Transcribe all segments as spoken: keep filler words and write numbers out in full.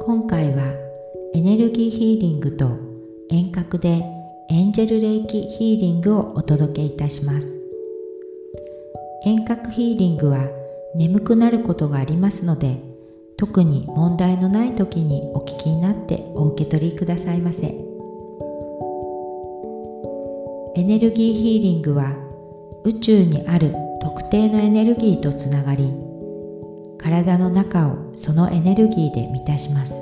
今回はエネルギーヒーリングと遠隔でエンジェル霊気ヒーリングをお届けいたします。遠隔ヒーリングは眠くなることがありますので、特に問題のない時にお聞きになってお受け取りくださいませ。エネルギーヒーリングは宇宙にある特定のエネルギーとつながり、体の中をそのエネルギーで満たします。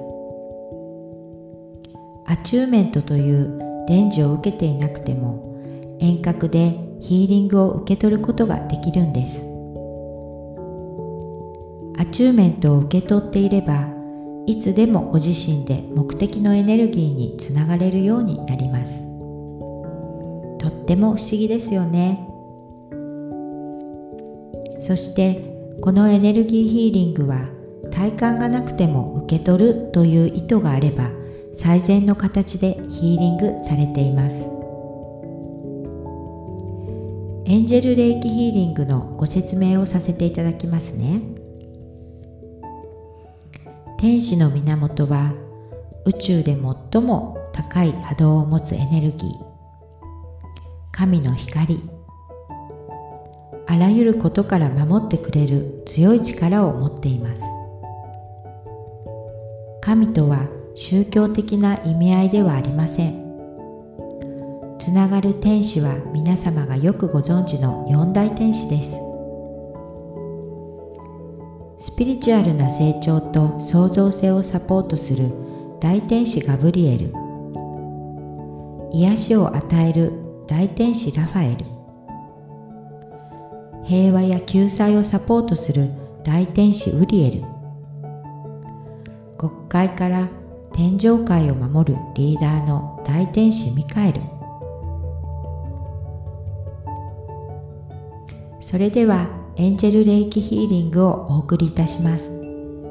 アチューメントという伝授を受けていなくても遠隔でヒーリングを受け取ることができるんです。アチューメントを受け取っていれば、いつでもご自身で目的のエネルギーにつながれるようになります。とっても不思議ですよね。そしてこのエネルギーヒーリングは体感がなくても受け取るという意図があれば最善の形でヒーリングされています。エンジェル霊気ヒーリングのご説明をさせていただきますね。天使の源は宇宙で最も高い波動を持つエネルギー、神の光、あらゆることから守ってくれる強い力を持っています。神とは宗教的な意味合いではありません。つながる天使は皆様がよくご存知の四大天使です。スピリチュアルな成長と創造性をサポートする大天使ガブリエル、癒しを与える大天使ラファエル、平和や救済をサポートする大天使ウリエル、極界から天上界を守るリーダーの大天使ミカエル。それではエンジェル霊気ヒーリングをお送りいたします。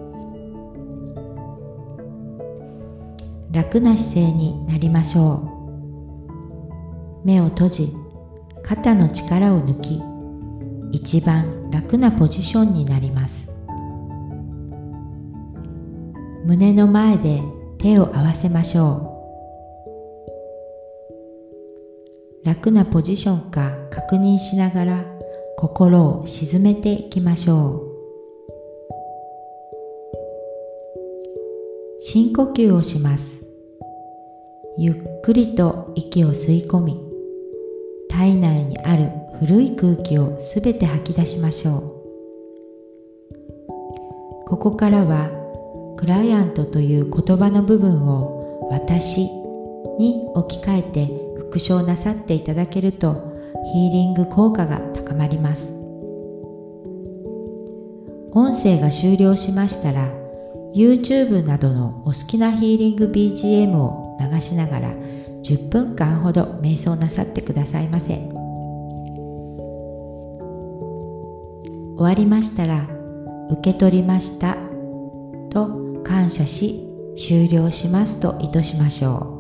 楽な姿勢になりましょう。目を閉じ、肩の力を抜き、一番楽なポジションになります。胸の前で手を合わせましょう。楽なポジションか確認しながら心を沈めていきましょう。深呼吸をします。ゆっくりと息を吸い込み、体内にある古い空気をすべて吐き出しましょう。ここからはクライアントという言葉の部分を私に置き換えて復唱なさっていただけるとヒーリング効果が高まります。音声が終了しましたら YouTube などのお好きなヒーリング ビージーエム を流しながらじゅっぷんかんほど瞑想なさってくださいませ。終わりましたら受け取りましたと感謝し終了しますと意図しましょ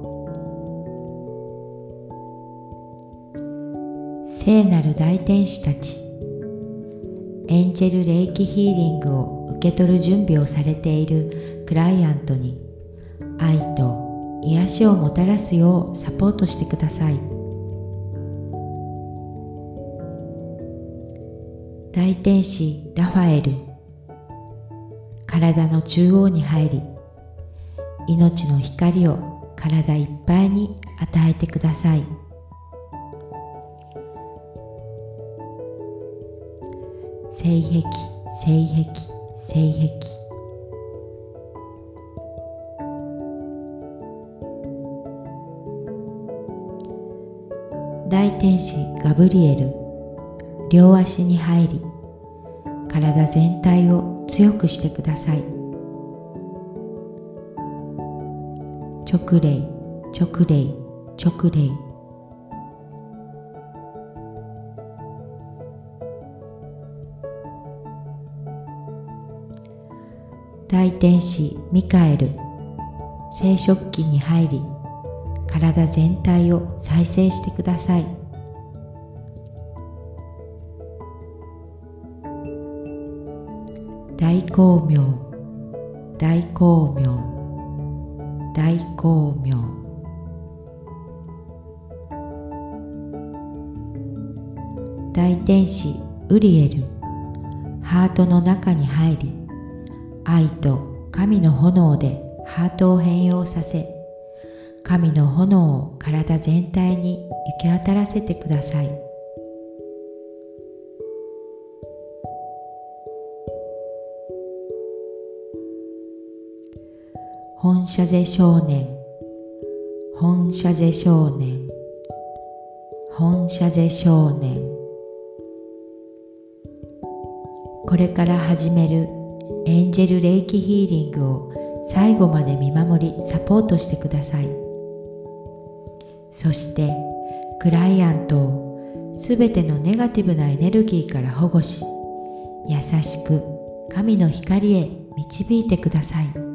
う。聖なる大天使たち、エンジェル霊気ヒーリングを受け取る準備をされているクライアントに愛と癒しをもたらすようサポートしてください。大天使ラファエル、体の中央に入り、命の光を体いっぱいに与えてください。聖壁、聖壁、聖壁。大天使ガブリエル、両足に入り、体全体を強くしてください。直霊、直霊、直霊。大天使ミカエル、聖職期に入り、体全体を再生してください。大光明、大光明。 大光明、大天使ウリエル、ハートの中に入り、愛と神の炎でハートを変容させ、神の炎を体全体に行き渡らせてください。本社ゼ少年、本社ゼ少年、本社ゼ少年。これから始めるエンジェル霊気ヒーリングを最後まで見守りサポートしてください。そしてクライアントをすべてのネガティブなエネルギーから保護し、優しく神の光へ導いてください。